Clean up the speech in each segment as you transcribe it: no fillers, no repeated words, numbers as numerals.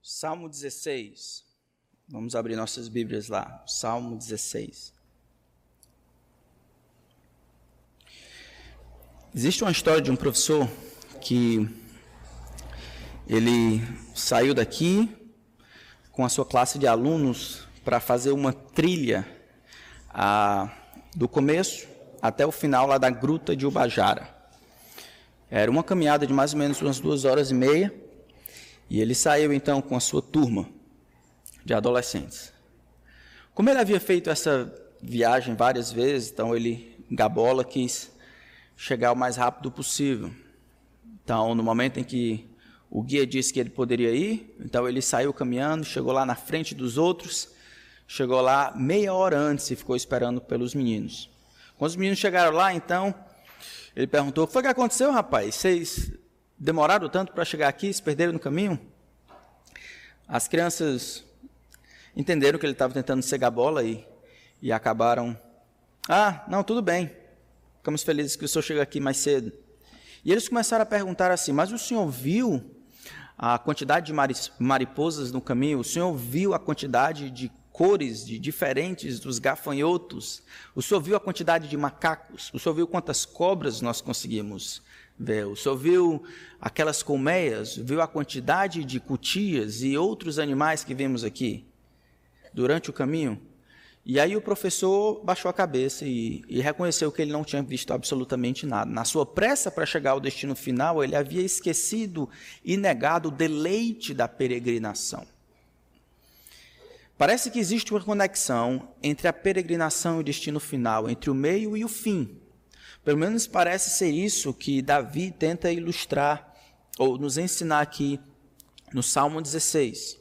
Salmo 16. Vamos abrir nossas Bíblias lá. Salmo 16. Existe uma história de um professor que ele saiu daqui com a sua classe de alunos para fazer uma trilha do começo até o final lá da Gruta de Ubajara. Era uma caminhada de mais ou menos umas 2h30, e ele saiu então com a sua turma de adolescentes. Como ele havia feito essa viagem várias vezes, então ele, gabola, quis chegar o mais rápido possível. Então, no momento em que o guia disse que ele poderia ir, então ele saiu caminhando, chegou lá na frente dos outros, chegou lá meia hora antes e ficou esperando pelos meninos. Quando os meninos chegaram lá, então, ele perguntou: o que foi que aconteceu, rapaz? Vocês demoraram tanto para chegar aqui, se perderam no caminho? As crianças entenderam que ele estava tentando cegar a bola e acabaram: não, tudo bem, ficamos felizes que o senhor chegou aqui mais cedo. E eles começaram a perguntar assim: mas o senhor viu a quantidade de mariposas no caminho? O senhor viu a quantidade de cores diferentes dos gafanhotos? O senhor viu a quantidade de macacos? O senhor viu quantas cobras nós conseguimos ver? O senhor viu aquelas colmeias? Viu a quantidade de cutias e outros animais que vimos aqui durante o caminho? E aí o professor baixou a cabeça e reconheceu que ele não tinha visto absolutamente nada. Na sua pressa para chegar ao destino final, ele havia esquecido e negado o deleite da peregrinação. Parece que existe uma conexão entre a peregrinação e o destino final, entre o meio e o fim. Pelo menos parece ser isso que Davi tenta ilustrar ou nos ensinar aqui no Salmo 16.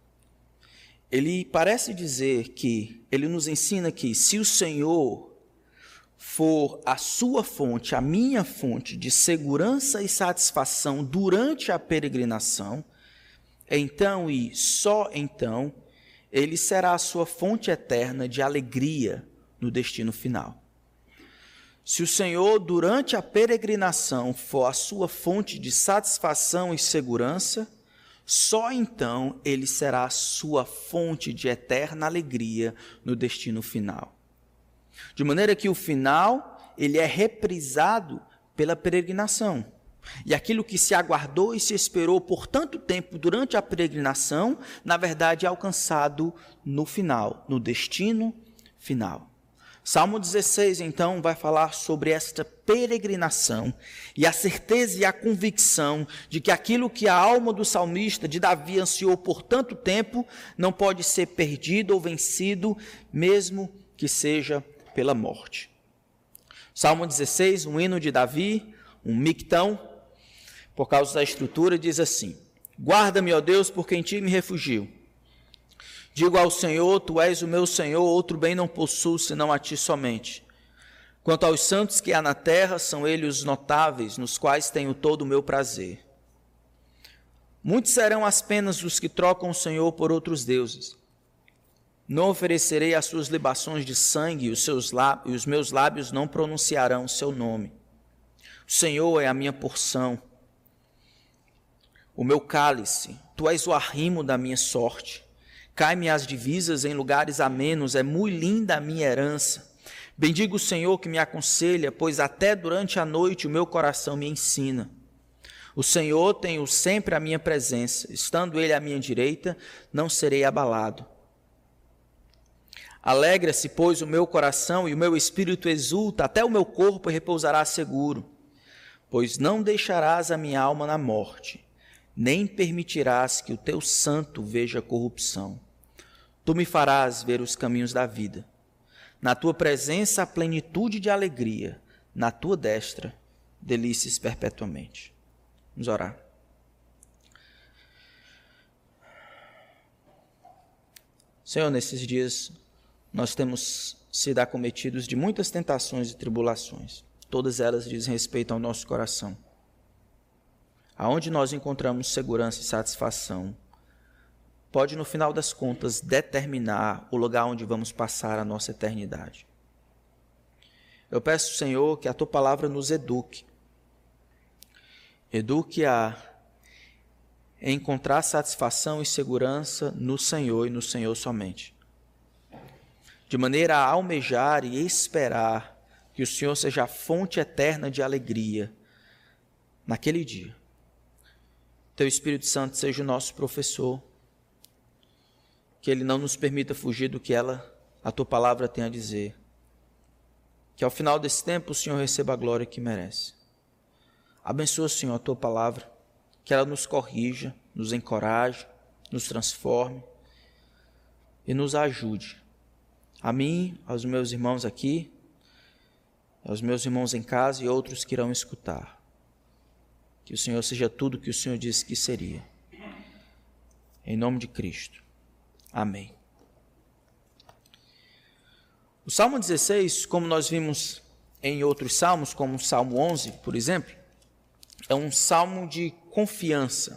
Ele parece dizer que, ele nos ensina que se o Senhor for a sua fonte, a minha fonte de segurança e satisfação durante a peregrinação, então e só então, ele será a sua fonte eterna de alegria no destino final. Se o Senhor, durante a peregrinação, for a sua fonte de satisfação e segurança, só então ele será a sua fonte de eterna alegria no destino final. De maneira que o final, ele é reprisado pela peregrinação. E aquilo que se aguardou e se esperou por tanto tempo durante a peregrinação, na verdade é alcançado no final, no destino final. Salmo 16, então, vai falar sobre esta peregrinação e a certeza e a convicção de que aquilo que a alma do salmista, de Davi, ansiou por tanto tempo, não pode ser perdido ou vencido, mesmo que seja pela morte. Salmo 16, um hino de Davi, um mictão, por causa da estrutura, diz assim: guarda-me, ó Deus, porque em ti me refugio. Digo ao Senhor, tu és o meu Senhor, outro bem não possuo, senão a ti somente. Quanto aos santos que há na terra, são eles os notáveis, nos quais tenho todo o meu prazer. Muitos serão as penas dos que trocam o Senhor por outros deuses. Não oferecerei as suas libações de sangue, e os meus lábios não pronunciarão o seu nome. O Senhor é a minha porção, o meu cálice, tu és o arrimo da minha sorte. Cai-me as divisas em lugares amenos, é muito linda a minha herança. Bendigo o Senhor que me aconselha, pois até durante a noite o meu coração me ensina. O Senhor tem sempre a minha presença, estando Ele à minha direita, não serei abalado. Alegra-se, pois, o meu coração e o meu espírito exulta, até o meu corpo repousará seguro. Pois não deixarás a minha alma na morte, nem permitirás que o teu santo veja corrupção. Tu me farás ver os caminhos da vida. Na tua presença, a plenitude de alegria. Na tua destra, delícias perpetuamente. Vamos orar. Senhor, nesses dias, nós temos sido acometidos de muitas tentações e tribulações. Todas elas dizem respeito ao nosso coração. Aonde nós encontramos segurança e satisfação, pode, no final das contas, determinar o lugar onde vamos passar a nossa eternidade. Eu peço, Senhor, que a Tua palavra nos eduque. Eduque a é encontrar satisfação e segurança no Senhor e no Senhor somente. De maneira a almejar e esperar que o Senhor seja a fonte eterna de alegria naquele dia. Teu Espírito Santo seja o nosso professor, que Ele não nos permita fugir do que a Tua palavra tem a dizer. Que ao final desse tempo o Senhor receba a glória que merece. Abençoa, Senhor, a Tua palavra, que ela nos corrija, nos encoraje, nos transforme e nos ajude. A mim, aos meus irmãos aqui, aos meus irmãos em casa e outros que irão escutar. Que o Senhor seja tudo que o Senhor disse que seria. Em nome de Cristo. Amém. O Salmo 16, como nós vimos em outros salmos, como o Salmo 11, por exemplo, é um salmo de confiança.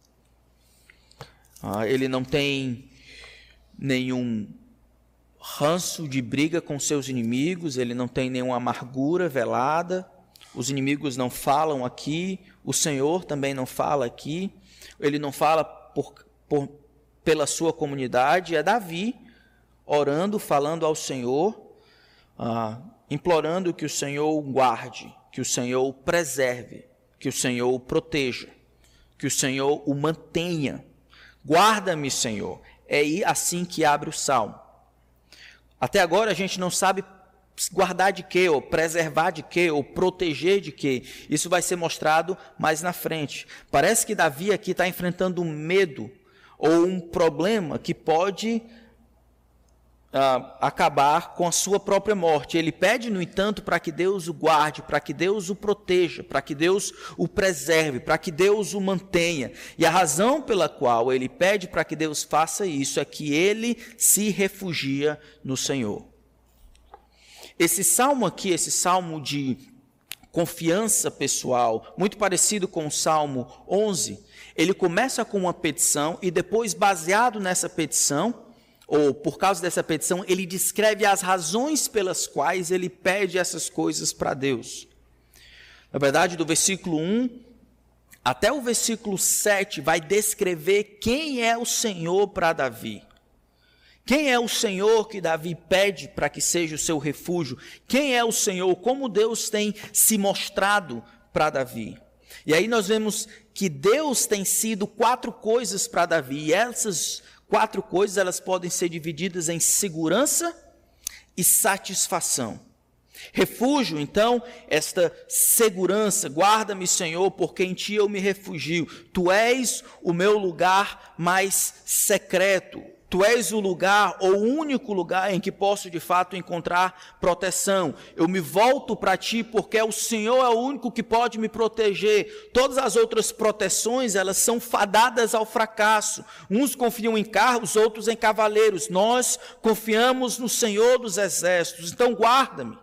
Ele não tem nenhum ranço de briga com seus inimigos, ele não tem nenhuma amargura velada, os inimigos não falam aqui, o Senhor também não fala aqui, ele não fala pela sua comunidade, é Davi orando, falando ao Senhor, implorando que o Senhor o guarde, que o Senhor o preserve, que o Senhor o proteja, que o Senhor o mantenha. Guarda-me, Senhor. É assim que abre o salmo. Até agora a gente não sabe guardar de quê, ou preservar de quê, ou proteger de quê. Isso vai ser mostrado mais na frente. Parece que Davi aqui está enfrentando um medo ou um problema que pode acabar com a sua própria morte. Ele pede, no entanto, para que Deus o guarde, para que Deus o proteja, para que Deus o preserve, para que Deus o mantenha. E a razão pela qual ele pede para que Deus faça isso é que ele se refugia no Senhor. Esse salmo aqui, esse salmo de confiança pessoal, muito parecido com o Salmo 11, ele começa com uma petição e depois, baseado nessa petição, ou por causa dessa petição, ele descreve as razões pelas quais ele pede essas coisas para Deus. Na verdade, do versículo 1 até o versículo 7 vai descrever quem é o Senhor para Davi. Quem é o Senhor que Davi pede para que seja o seu refúgio? Quem é o Senhor? Como Deus tem se mostrado para Davi? E aí nós vemos que Deus tem sido 4 coisas para Davi, e essas 4 coisas, elas podem ser divididas em segurança e satisfação. Refúgio, então, esta segurança, guarda-me, Senhor, porque em Ti eu me refugio. Tu és o meu lugar mais secreto. Tu és o lugar, ou o único lugar em que posso de fato encontrar proteção. Eu me volto para Ti porque o Senhor é o único que pode me proteger. Todas as outras proteções, elas são fadadas ao fracasso. Uns confiam em carros, outros em cavaleiros. Nós confiamos no Senhor dos Exércitos. Então guarda-me.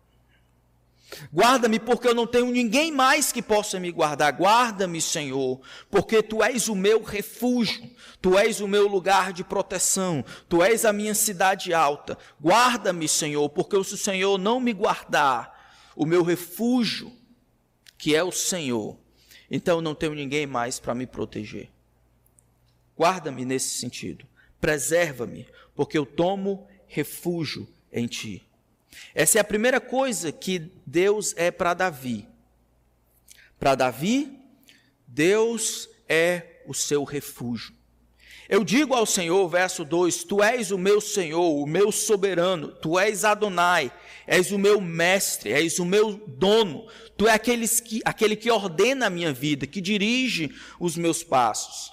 Guarda-me porque eu não tenho ninguém mais que possa me guardar. Guarda-me, Senhor, porque Tu és o meu refúgio, Tu és o meu lugar de proteção, Tu és a minha cidade alta. Guarda-me, Senhor, porque se o Senhor não me guardar, o meu refúgio, que é o Senhor, então não tenho ninguém mais para me proteger. Guarda-me nesse sentido, preserva-me, porque eu tomo refúgio em Ti. Essa é a primeira coisa que Deus é para Davi. Para Davi, Deus é o seu refúgio. Eu digo ao Senhor, verso 2, Tu és o meu Senhor, o meu soberano, Tu és Adonai, és o meu mestre, és o meu dono, Tu és aquele que ordena a minha vida, que dirige os meus passos.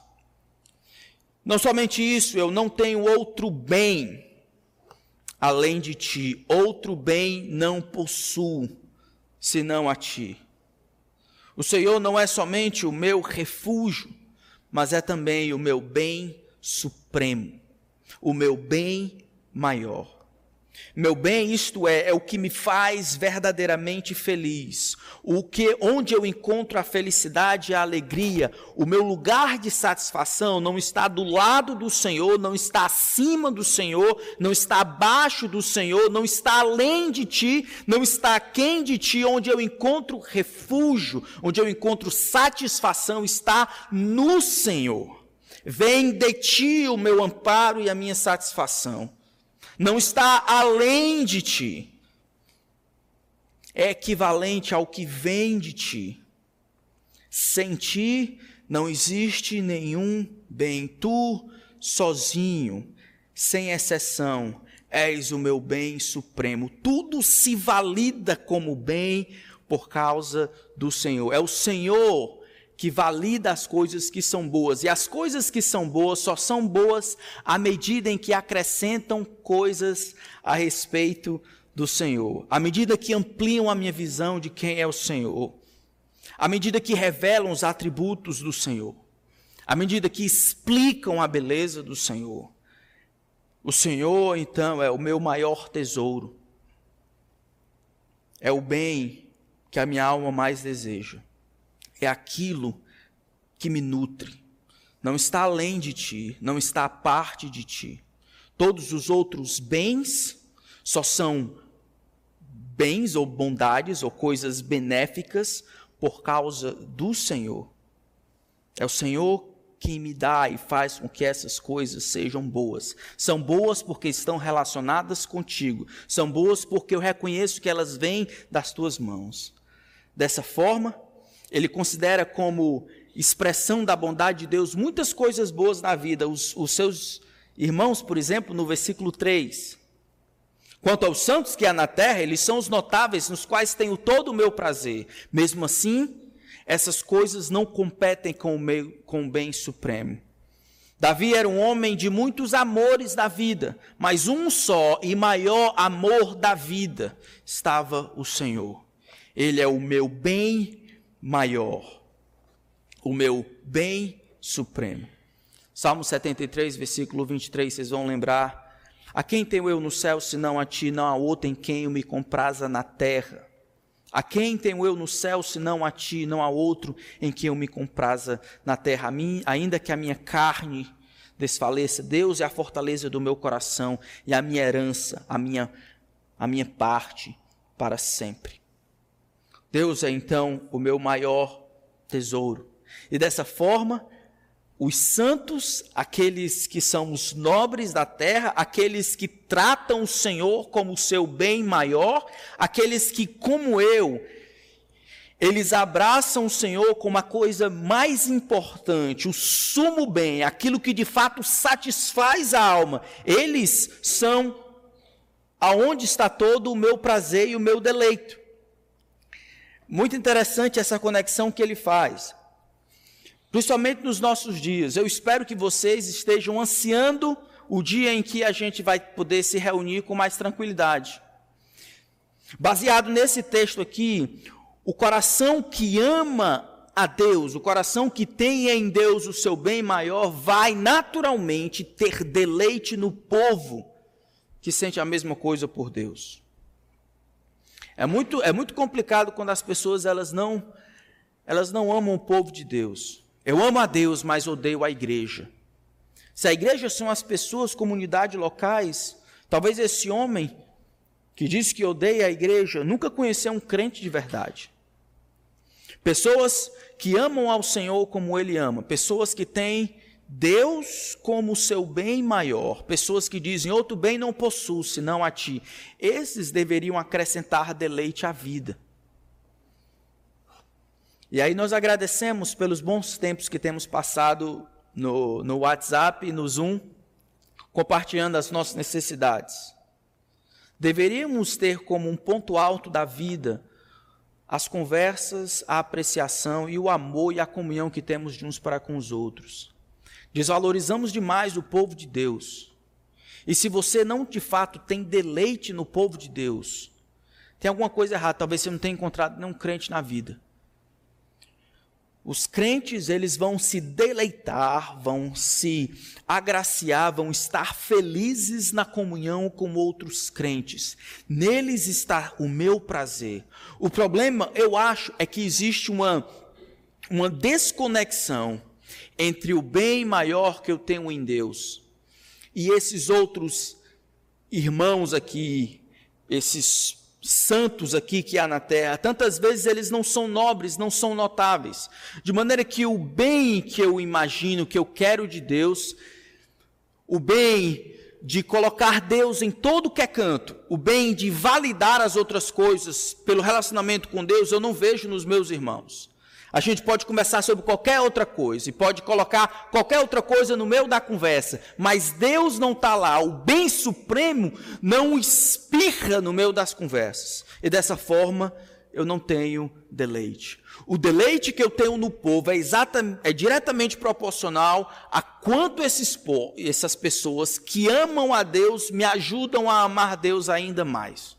Não somente isso, eu não tenho outro bem além de Ti, outro bem não possuo, senão a Ti. O Senhor não é somente o meu refúgio, mas é também o meu bem supremo, o meu bem maior. Meu bem, isto é o que me faz verdadeiramente feliz. Onde eu encontro a felicidade e a alegria, o meu lugar de satisfação não está do lado do Senhor, não está acima do Senhor, não está abaixo do Senhor, não está além de ti, não está aquém de ti. Onde eu encontro refúgio, onde eu encontro satisfação, está no Senhor. Vem de ti o meu amparo e a minha satisfação. Não está além de ti, é equivalente ao que vem de ti. Sem ti não existe nenhum bem. Tu, sozinho, sem exceção, és o meu bem supremo. Tudo se valida como bem por causa do Senhor. É o Senhor que valida as coisas que são boas. E as coisas que são boas só são boas à medida em que acrescentam coisas a respeito do Senhor. À medida que ampliam a minha visão de quem é o Senhor. À medida que revelam os atributos do Senhor. À medida que explicam a beleza do Senhor. O Senhor, então, é o meu maior tesouro. É o bem que a minha alma mais deseja. É aquilo que me nutre. Não está além de ti, não está à parte de ti. Todos os outros bens só são bens ou bondades ou coisas benéficas por causa do Senhor. É o Senhor quem me dá e faz com que essas coisas sejam boas. São boas porque estão relacionadas contigo. São boas porque eu reconheço que elas vêm das tuas mãos. Dessa forma, ele considera como expressão da bondade de Deus muitas coisas boas na vida. Os seus irmãos, por exemplo, no versículo 3. Quanto aos santos que há na terra, eles são os notáveis, nos quais tenho todo o meu prazer. Mesmo assim, essas coisas não competem com o bem supremo. Davi era um homem de muitos amores da vida, mas um só e maior amor da vida estava o Senhor. Ele é o meu bem maior, o meu bem supremo. Salmo 73, versículo 23, vocês vão lembrar. A quem tenho eu no céu, senão a ti? Não há outro em quem eu me compraza na terra. A quem tenho eu no céu, senão a ti? Não há outro em quem eu me compraza na terra. A mim, ainda que a minha carne desfaleça, Deus é a fortaleza do meu coração e a minha herança, a minha parte para sempre. Deus é então o meu maior tesouro. E dessa forma, os santos, aqueles que são os nobres da terra, aqueles que tratam o Senhor como o seu bem maior, aqueles que, como eu, eles abraçam o Senhor como a coisa mais importante, o sumo bem, aquilo que de fato satisfaz a alma. Eles são aonde está todo o meu prazer e o meu deleito. Muito interessante essa conexão que ele faz, principalmente nos nossos dias. Eu espero que vocês estejam ansiando o dia em que a gente vai poder se reunir com mais tranquilidade. Baseado nesse texto aqui, o coração que ama a Deus, o coração que tem em Deus o seu bem maior, vai naturalmente ter deleite no povo que sente a mesma coisa por Deus. É muito complicado quando as pessoas elas não amam o povo de Deus. Eu amo a Deus, mas odeio a igreja. Se a igreja são as pessoas, comunidades locais, talvez esse homem que diz que odeia a igreja nunca conheceu um crente de verdade. Pessoas que amam ao Senhor como Ele ama, pessoas que têm Deus como seu bem maior, pessoas que dizem, outro bem não possuo, senão a ti. Esses deveriam acrescentar deleite à vida. E aí nós agradecemos pelos bons tempos que temos passado no WhatsApp e no Zoom, compartilhando as nossas necessidades. Deveríamos ter como um ponto alto da vida as conversas, a apreciação e o amor e a comunhão que temos de uns para com os outros. Desvalorizamos demais o povo de Deus. E se você não, de fato, tem deleite no povo de Deus, tem alguma coisa errada. Talvez você não tenha encontrado nenhum crente na vida. Os crentes, eles vão se deleitar, vão se agraciar, vão estar felizes na comunhão com outros crentes. Neles está o meu prazer. O problema, eu acho, é que existe uma desconexão entre o bem maior que eu tenho em Deus e esses outros irmãos aqui, esses santos aqui que há na terra. Tantas vezes eles não são nobres, não são notáveis, de maneira que o bem que eu imagino, que eu quero de Deus, o bem de colocar Deus em todo que é canto, o bem de validar as outras coisas pelo relacionamento com Deus, eu não vejo nos meus irmãos. A gente pode conversar sobre qualquer outra coisa e pode colocar qualquer outra coisa no meio da conversa, mas Deus não está lá, o bem supremo não espirra no meio das conversas. E dessa forma eu não tenho deleite. O deleite que eu tenho no povo é diretamente proporcional a quanto essas pessoas que amam a Deus me ajudam a amar Deus ainda mais.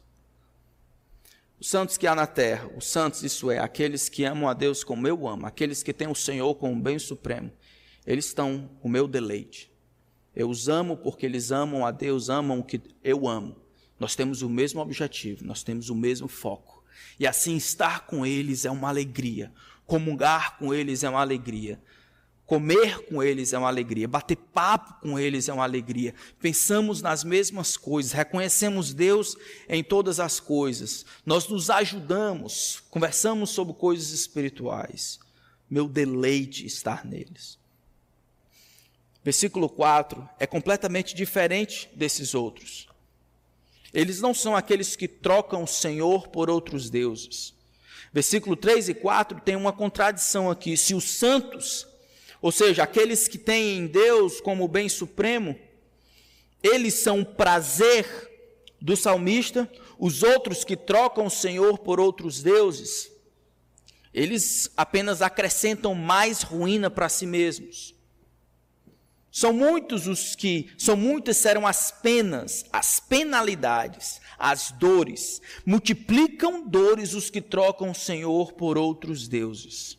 Os santos que há na terra, os santos, isso é, aqueles que amam a Deus como eu amo, aqueles que têm o Senhor como bem supremo, eles estão o meu deleite. Eu os amo porque eles amam a Deus, amam o que eu amo. Nós temos o mesmo objetivo, nós temos o mesmo foco. E assim estar com eles é uma alegria, comungar com eles é uma alegria. Comer com eles é uma alegria, bater papo com eles é uma alegria. Pensamos nas mesmas coisas, reconhecemos Deus em todas as coisas. Nós nos ajudamos, conversamos sobre coisas espirituais. Meu deleite estar neles. Versículo 4 é completamente diferente desses outros. Eles não são aqueles que trocam o Senhor por outros deuses. Versículo 3 e 4 tem uma contradição aqui. Se os santos, ou seja, aqueles que têm em Deus como bem supremo, eles são o prazer do salmista, os outros que trocam o Senhor por outros deuses, eles apenas acrescentam mais ruína para si mesmos. Muitas serão as penas, as penalidades, as dores. Multiplicam dores os que trocam o Senhor por outros deuses.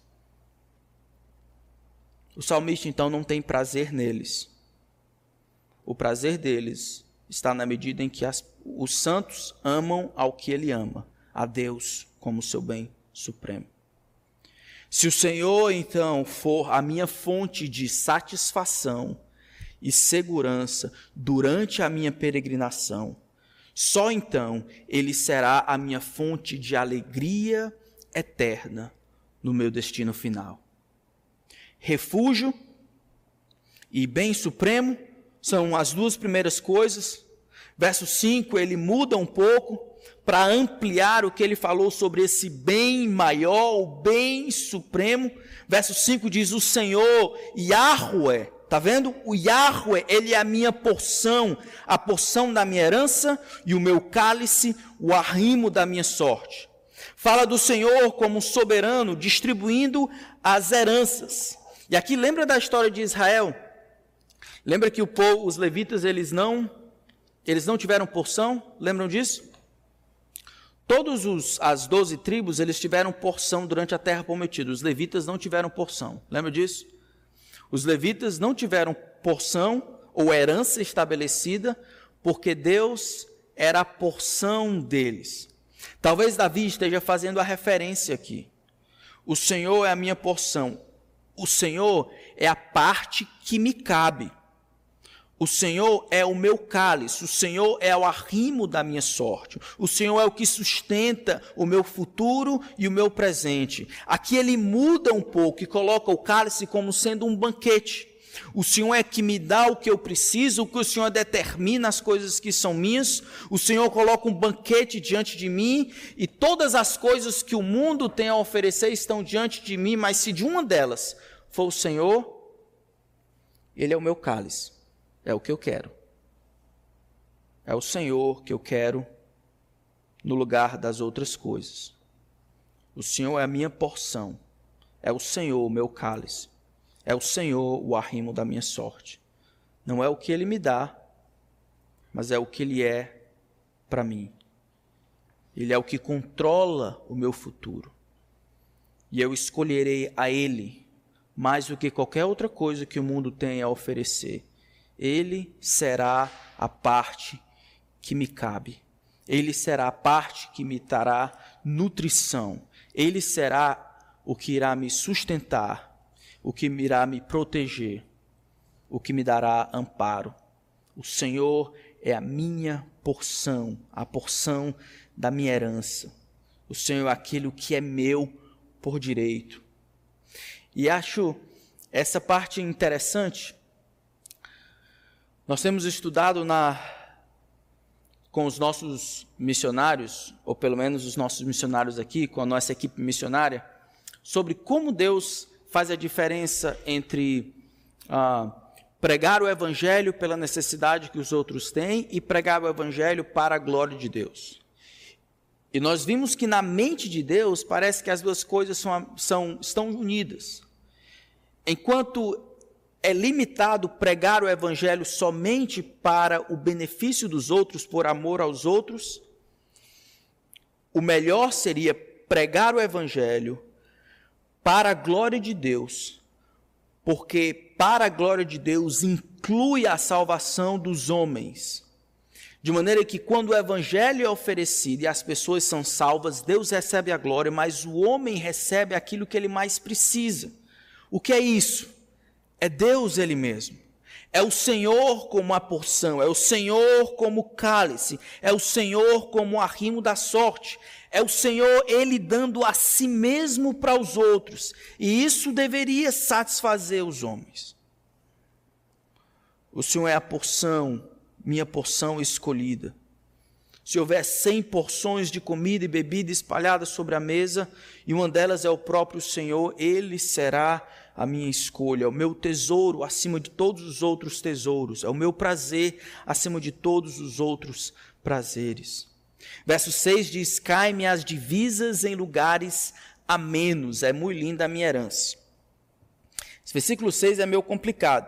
O salmista, então, não tem prazer neles. O prazer deles está na medida em que os santos amam ao que ele ama, a Deus como seu bem supremo. Se o Senhor, então, for a minha fonte de satisfação e segurança durante a minha peregrinação, só então ele será a minha fonte de alegria eterna no meu destino final. Refúgio e bem supremo são as duas primeiras coisas. Verso 5, ele muda um pouco para ampliar o que ele falou sobre esse bem maior, o bem supremo. Verso 5 diz, o Senhor, Yahweh, está vendo? O Yahweh, ele é a minha porção, a porção da minha herança e o meu cálice, o arrimo da minha sorte. Fala do Senhor como soberano, distribuindo as heranças. E aqui lembra da história de Israel? Lembra que os levitas, eles não tiveram porção? Lembram disso? As 12 tribos, eles tiveram porção durante a terra prometida. Os levitas não tiveram porção. Lembra disso? Os levitas não tiveram porção ou herança estabelecida, porque Deus era a porção deles. Talvez Davi esteja fazendo a referência aqui. O Senhor é a minha porção. O Senhor é a parte que me cabe. O Senhor é o meu cálice, o Senhor é o arrimo da minha sorte, o Senhor é o que sustenta o meu futuro e o meu presente. Aqui ele muda um pouco e coloca o cálice como sendo um banquete. O Senhor é que me dá o que eu preciso, o que o Senhor determina as coisas que são minhas. O Senhor coloca um banquete diante de mim e todas as coisas que o mundo tem a oferecer estão diante de mim, mas se de uma delas for o Senhor, Ele é o meu cálice, é o que eu quero. É o Senhor que eu quero no lugar das outras coisas. O Senhor é a minha porção, é o Senhor o meu cálice. É o Senhor o arrimo da minha sorte. Não é o que Ele me dá, mas é o que Ele é para mim. Ele é o que controla o meu futuro. e eu escolherei a Ele mais do que qualquer outra coisa que o mundo tem a oferecer. Ele será a parte que me cabe. Ele será a parte que me dará nutrição. Ele será o que irá me sustentar, o que irá me proteger, o que me dará amparo. O Senhor é a minha porção, a porção da minha herança. O Senhor é aquilo que é meu por direito. E acho essa parte interessante. Nós temos estudado com os nossos missionários, ou pelo menos os nossos missionários aqui, com a nossa equipe missionária, sobre como Deus faz a diferença entre pregar o evangelho pela necessidade que os outros têm e pregar o evangelho para a glória de Deus. E nós vimos que na mente de Deus parece que as duas coisas estão unidas. Enquanto é limitado pregar o evangelho somente para o benefício dos outros, por amor aos outros, o melhor seria pregar o evangelho para a glória de Deus, porque para a glória de Deus inclui a salvação dos homens. De maneira que quando o evangelho é oferecido e as pessoas são salvas, Deus recebe a glória, mas o homem recebe aquilo que ele mais precisa. O que é isso? É Deus Ele mesmo. É o Senhor como a porção, é o Senhor como o cálice, é o Senhor como o arrimo da sorte, é o Senhor Ele dando a si mesmo para os outros. E isso deveria satisfazer os homens. O Senhor é a porção, minha porção escolhida. Se houver 100 porções de comida e bebida espalhadas sobre a mesa, e uma delas é o próprio Senhor, Ele será a minha escolha, é o meu tesouro acima de todos os outros tesouros, é o meu prazer acima de todos os outros prazeres. Verso 6 diz, cai-me as divisas em lugares amenos, é muito linda a minha herança. Esse versículo 6 é meio complicado.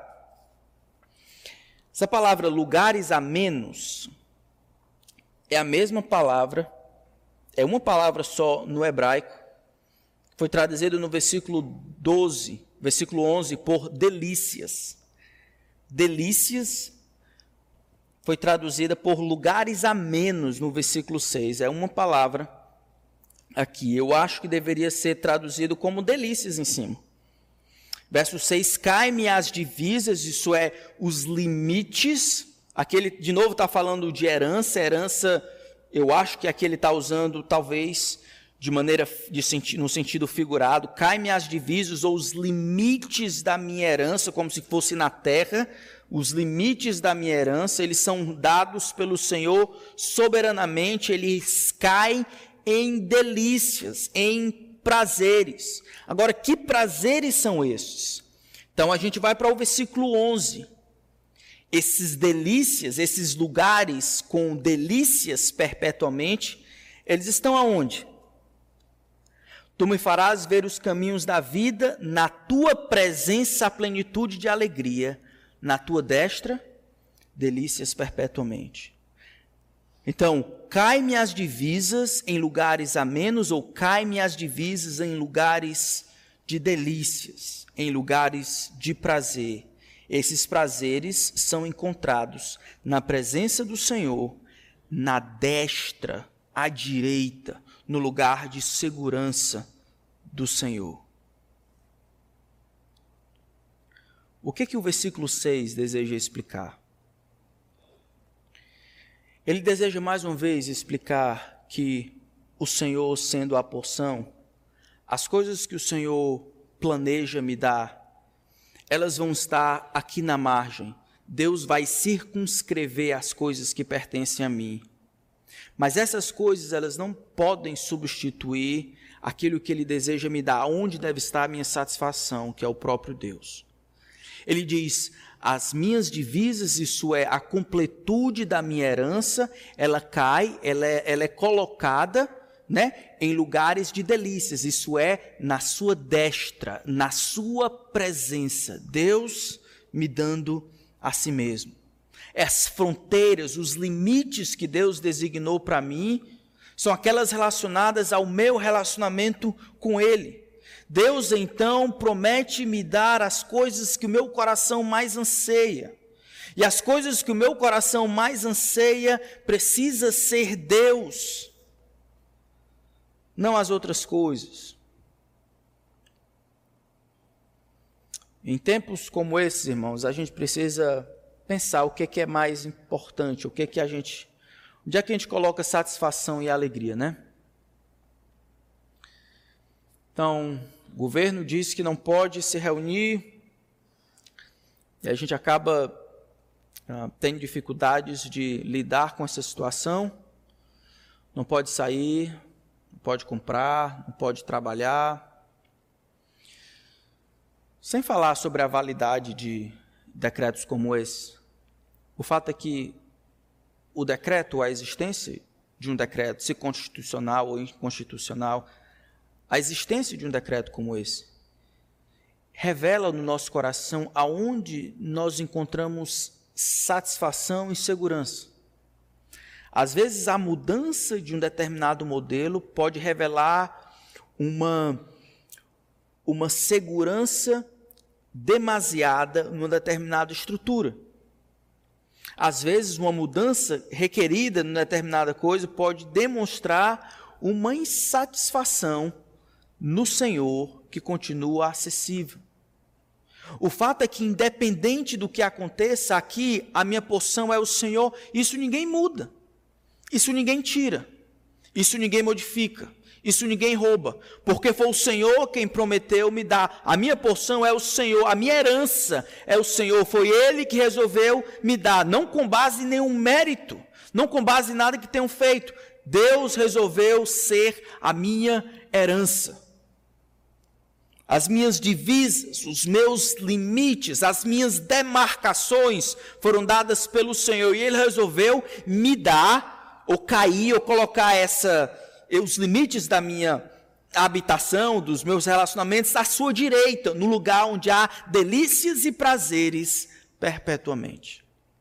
Essa palavra lugares amenos é a mesma palavra, é uma palavra só no hebraico, foi traduzida no versículo 11, por delícias. Delícias foi traduzida por lugares amenos no versículo 6. É uma palavra aqui. Eu acho que deveria ser traduzido como delícias em cima. Verso 6, cai-me as divisas, isso é, os limites. Aquele, de novo, está falando de herança. Herança, eu acho que aqui ele está usando, talvez, de maneira, no sentido figurado, cai-me as divisas ou os limites da minha herança, como se fosse na terra. Os limites da minha herança, eles são dados pelo Senhor soberanamente, eles caem em delícias, em prazeres. Agora, que prazeres são esses? Então, a gente vai para o versículo 11. Esses delícias, esses lugares com delícias perpetuamente, eles estão aonde? Tu me farás ver os caminhos da vida, na tua presença a plenitude de alegria, na tua destra, delícias perpetuamente. Então, cai-me as divisas em lugares amenos, ou cai-me as divisas em lugares de delícias, em lugares de prazer. Esses prazeres são encontrados na presença do Senhor, na destra, à direita, no lugar de segurança do Senhor. O que o versículo 6 deseja explicar? Ele deseja mais uma vez explicar que o Senhor, sendo a porção, as coisas que o Senhor planeja me dar, elas vão estar aqui na margem. Deus vai circunscrever as coisas que pertencem a mim. Mas essas coisas, elas não podem substituir aquilo que Ele deseja me dar, onde deve estar a minha satisfação, que é o próprio Deus. Ele diz, as minhas divisas, isso é, a completude da minha herança, ela cai, ela é colocada, né, em lugares de delícias, isso é, na sua destra, na sua presença, Deus me dando a si mesmo. As fronteiras, os limites que Deus designou para mim, são aquelas relacionadas ao meu relacionamento com Ele. Deus então promete me dar as coisas que o meu coração mais anseia. E as coisas que o meu coração mais anseia precisa ser Deus, não as outras coisas. Em tempos como esses, irmãos, a gente precisa pensar o que é mais importante, onde é que a gente coloca satisfação e alegria, né? Então, o governo diz que não pode se reunir, e a gente acaba tendo dificuldades de lidar com essa situação. Não pode sair, não pode comprar, não pode trabalhar. Sem falar sobre a validade de decretos como esse, o fato é que o decreto, a existência de um decreto, se constitucional ou inconstitucional, a existência de um decreto como esse, revela no nosso coração aonde nós encontramos satisfação e segurança. Às vezes, a mudança de um determinado modelo pode revelar uma segurança demasiada numa determinada estrutura. Às vezes, uma mudança requerida numa determinada coisa pode demonstrar uma insatisfação no Senhor que continua acessível. O fato é que, independente do que aconteça aqui, a minha porção é o Senhor. Isso ninguém muda, isso ninguém tira, isso ninguém modifica, isso ninguém rouba, porque foi o Senhor quem prometeu me dar. A minha porção é o Senhor, a minha herança é o Senhor, foi Ele que resolveu me dar, não com base em nenhum mérito, não com base em nada que tenham feito. Deus resolveu ser a minha herança. As minhas divisas, os meus limites, as minhas demarcações foram dadas pelo Senhor, e Ele resolveu me dar, ou cair, ou colocar os limites da minha habitação, dos meus relacionamentos, à sua direita, no lugar onde há delícias e prazeres perpetuamente.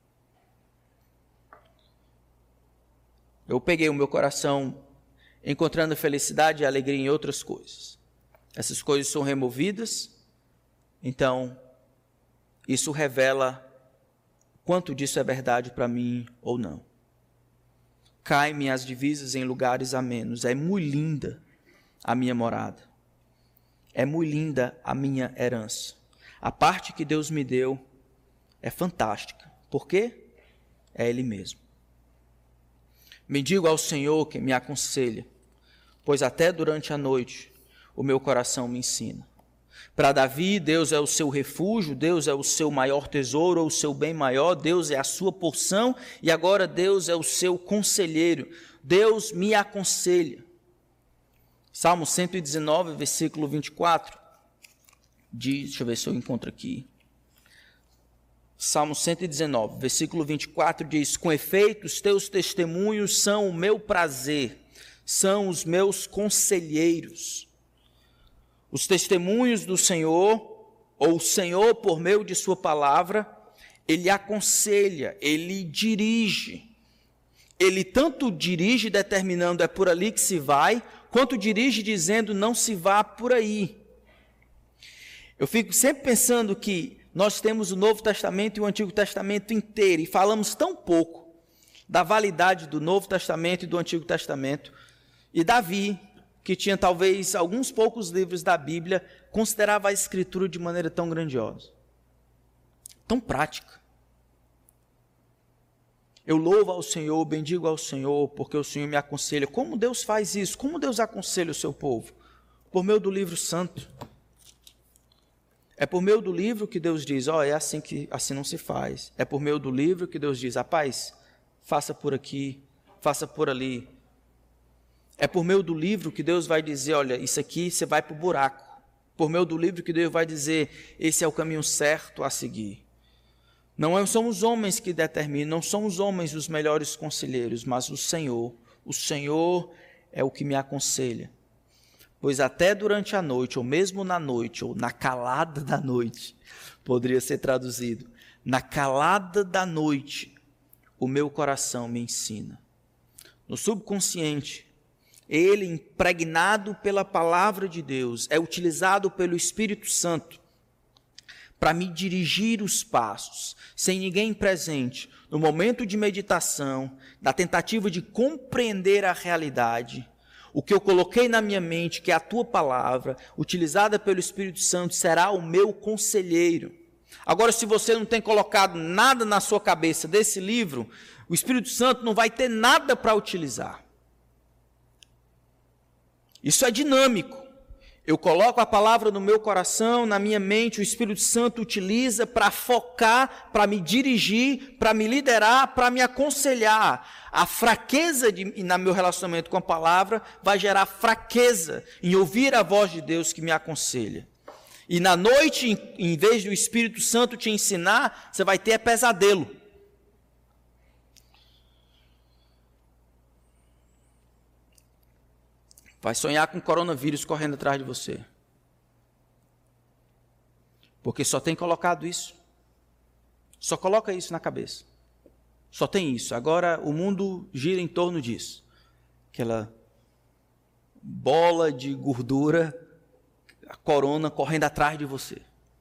Eu peguei o meu coração encontrando felicidade e alegria em outras coisas. Essas coisas são removidas, então isso revela quanto disso é verdade para mim ou não. Caem-me as divisas em lugares amenos. É muito linda a minha morada. É muito linda a minha herança. A parte que Deus me deu é fantástica. Por quê? É Ele mesmo. Bendigo ao Senhor que me aconselha, pois até durante a noite o meu coração me ensina. Para Davi, Deus é o seu refúgio, Deus é o seu maior tesouro, ou o seu bem maior, Deus é a sua porção, e agora Deus é o seu conselheiro. Deus me aconselha. Salmo 119, versículo 24, diz, deixa eu ver se eu encontro aqui. Salmo 119, versículo 24 diz: com efeito, os teus testemunhos são o meu prazer, são os meus conselheiros. Os testemunhos do Senhor, ou o Senhor por meio de sua palavra, Ele aconselha, Ele dirige. Ele tanto dirige determinando é por ali que se vai, quanto dirige dizendo não se vá por aí. Eu fico sempre pensando que nós temos o Novo Testamento e o Antigo Testamento inteiro, e falamos tão pouco da validade do Novo Testamento e do Antigo Testamento. E Davi, que tinha talvez alguns poucos livros da Bíblia, considerava a Escritura de maneira tão grandiosa, tão prática. Eu louvo ao Senhor, bendigo ao Senhor, porque o Senhor me aconselha. Como Deus faz isso? Como Deus aconselha o seu povo? Por meio do livro santo. É por meio do livro que Deus diz, é assim que assim não se faz. É por meio do livro que Deus diz, rapaz, faça por aqui, faça por ali. É por meio do livro que Deus vai dizer, olha, isso aqui você vai para o buraco. Por meio do livro que Deus vai dizer, esse é o caminho certo a seguir. Não somos homens que determinam, não somos homens os melhores conselheiros, mas o Senhor é o que me aconselha. Pois até durante a noite, ou mesmo na noite, ou na calada da noite, poderia ser traduzido, na calada da noite, o meu coração me ensina. No subconsciente, ele, impregnado pela palavra de Deus, é utilizado pelo Espírito Santo para me dirigir os passos, sem ninguém presente, no momento de meditação, da tentativa de compreender a realidade. O que eu coloquei na minha mente, que é a tua palavra, utilizada pelo Espírito Santo, será o meu conselheiro. Agora, se você não tem colocado nada na sua cabeça desse livro, o Espírito Santo não vai ter nada para utilizar. Isso é dinâmico. Eu coloco a palavra no meu coração, na minha mente, o Espírito Santo utiliza para focar, para me dirigir, para me liderar, para me aconselhar. A fraqueza no meu relacionamento com a palavra vai gerar fraqueza em ouvir a voz de Deus que me aconselha. E na noite, em vez do Espírito Santo te ensinar, você vai ter pesadelo. Vai sonhar com coronavírus correndo atrás de você. Porque só tem colocado isso. Só coloca isso na cabeça. Só tem isso. Agora o mundo gira em torno disso. Aquela bola de gordura, a corona correndo atrás de você.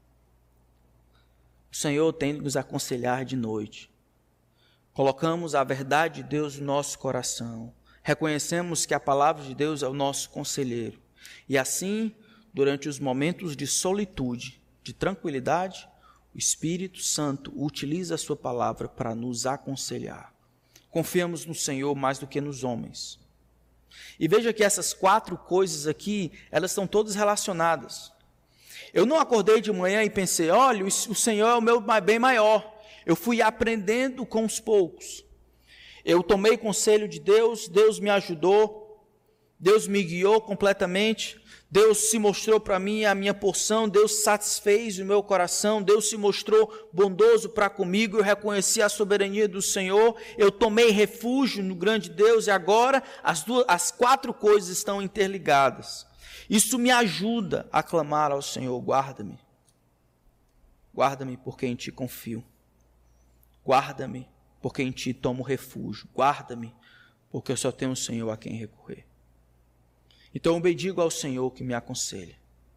O Senhor tem de nos aconselhar de noite. Colocamos a verdade de Deus no nosso coração. Reconhecemos que a palavra de Deus é o nosso conselheiro. E assim, durante os momentos de solitude, de tranquilidade, o Espírito Santo utiliza a sua palavra para nos aconselhar. Confiamos no Senhor mais do que nos homens. E veja que essas 4 coisas aqui, elas estão todas relacionadas. Eu não acordei de manhã e pensei, olha, o Senhor é o meu bem maior. Eu fui aprendendo com os poucos. Eu tomei conselho de Deus, Deus me ajudou, Deus me guiou completamente, Deus se mostrou para mim a minha porção, Deus satisfez o meu coração, Deus se mostrou bondoso para comigo, eu reconheci a soberania do Senhor, eu tomei refúgio no grande Deus e agora as 4 coisas estão interligadas. Isso me ajuda a clamar ao Senhor, guarda-me. Guarda-me porque em Ti confio. Guarda-me porque em Ti tomo refúgio. Guarda-me, porque eu só tenho o Senhor a quem recorrer. Então eu bendigo ao Senhor que me aconselha.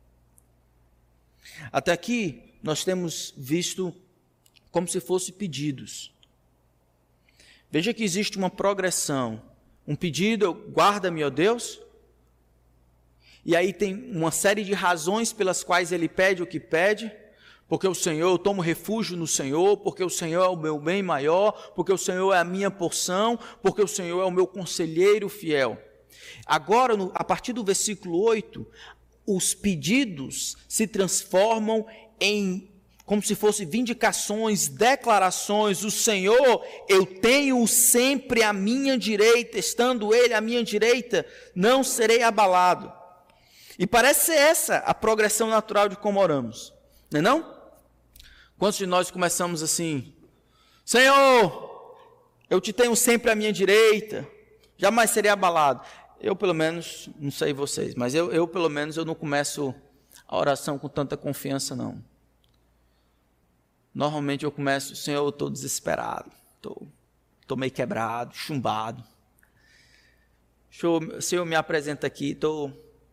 Até aqui nós temos visto como se fossem pedidos. Veja que existe uma progressão. Um pedido, guarda-me, ó Deus. E aí tem uma série de razões pelas quais ele pede o que pede. Porque o Senhor, eu tomo refúgio no Senhor, porque o Senhor é o meu bem maior, porque o Senhor é a minha porção, porque o Senhor é o meu conselheiro fiel. Agora, a partir do versículo 8, os pedidos se transformam em, como se fossem vindicações, declarações. O Senhor, eu tenho sempre à minha direita, estando Ele à minha direita, não serei abalado. E parece ser essa a progressão natural de como oramos, não é não? Quantos de nós começamos assim, Senhor, eu te tenho sempre à minha direita, jamais serei abalado. Eu pelo menos, não sei vocês, mas eu pelo menos eu não começo a oração com tanta confiança não. Normalmente eu começo, Senhor, eu estou desesperado, estou meio quebrado, chumbado. Senhor, me apresenta aqui, estou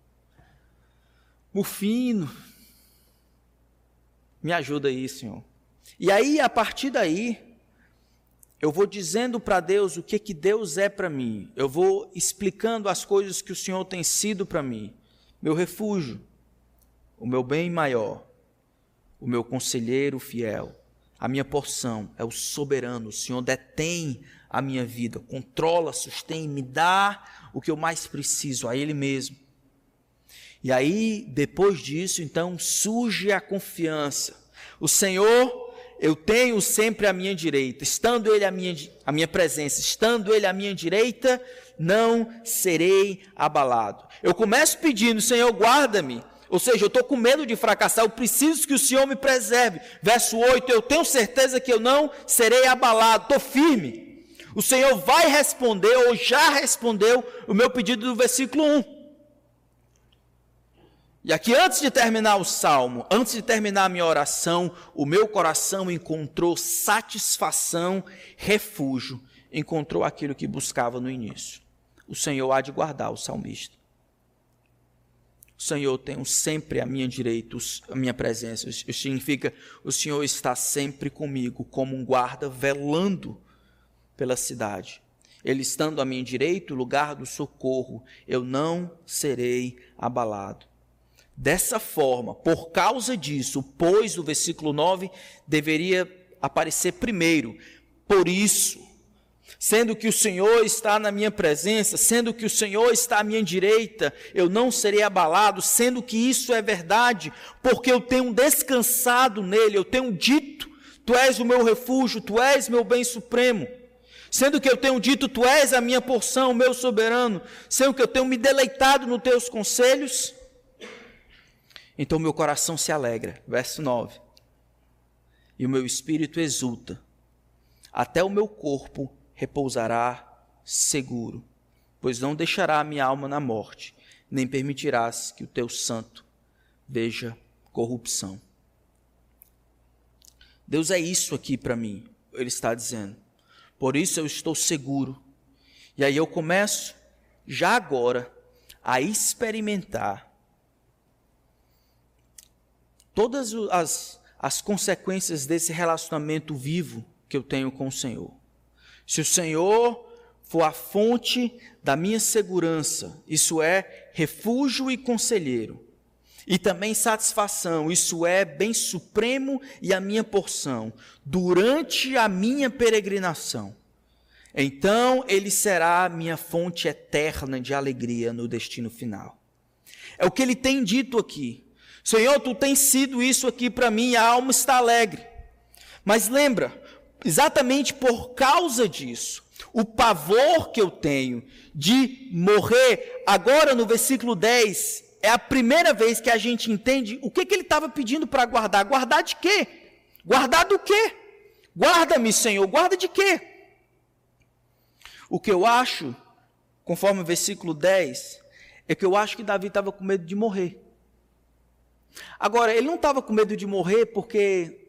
mufino. Me ajuda aí, Senhor. E aí, a partir daí, eu vou dizendo para Deus o que Deus é para mim. Eu vou explicando as coisas que o Senhor tem sido para mim. Meu refúgio, o meu bem maior, o meu conselheiro fiel, a minha porção é o soberano. O Senhor detém a minha vida, controla, sustém, me dá o que eu mais preciso, a Ele mesmo. E aí, depois disso, então, surge a confiança. O Senhor, eu tenho sempre à minha direita. Estando Ele à minha presença, estando Ele à minha direita, não serei abalado. Eu começo pedindo, Senhor, guarda-me. Ou seja, eu estou com medo de fracassar, eu preciso que o Senhor me preserve. Verso 8, eu tenho certeza que eu não serei abalado, estou firme. O Senhor vai responder, ou já respondeu, o meu pedido do versículo 1. E aqui, antes de terminar o salmo, antes de terminar a minha oração, o meu coração encontrou satisfação, refúgio, encontrou aquilo que buscava no início. o Senhor há de guardar o salmista. O Senhor tem sempre à minha direita, a minha presença. Isso significa o Senhor está sempre comigo, como um guarda velando pela cidade. Ele estando à minha direita, o lugar do socorro, eu não serei abalado. Dessa forma, por causa disso, pois o versículo 9 deveria aparecer primeiro. Por isso, sendo que o Senhor está na minha presença, sendo que o Senhor está à minha direita, eu não serei abalado, sendo que isso é verdade, porque eu tenho descansado nele, eu tenho dito, tu és o meu refúgio, tu és meu bem supremo. Sendo que eu tenho dito, tu és a minha porção, meu soberano, sendo que eu tenho me deleitado nos teus conselhos, então meu coração se alegra. Verso 9. E o meu espírito exulta, até o meu corpo repousará seguro, pois não deixará a minha alma na morte, nem permitirás que o teu santo veja corrupção. Deus é isso aqui para mim, ele está dizendo. Por isso eu estou seguro. E aí eu começo, já agora, a experimentar todas as consequências desse relacionamento vivo que eu tenho com o Senhor. Se o Senhor for a fonte da minha segurança, isso é refúgio e conselheiro, e também satisfação, isso é bem supremo e a minha porção, durante a minha peregrinação, então ele será a minha fonte eterna de alegria no destino final. É o que ele tem dito aqui. Senhor, tu tens sido isso aqui para mim, a alma está alegre. Mas lembra, exatamente por causa disso, o pavor que eu tenho de morrer, agora no versículo 10, é a primeira vez que a gente entende o que ele estava pedindo para guardar. Guardar de quê? Guardar do quê? Guarda-me, Senhor, guarda de quê? O que eu acho, conforme o versículo 10, é que eu acho que Davi estava com medo de morrer. Agora, ele não estava com medo de morrer porque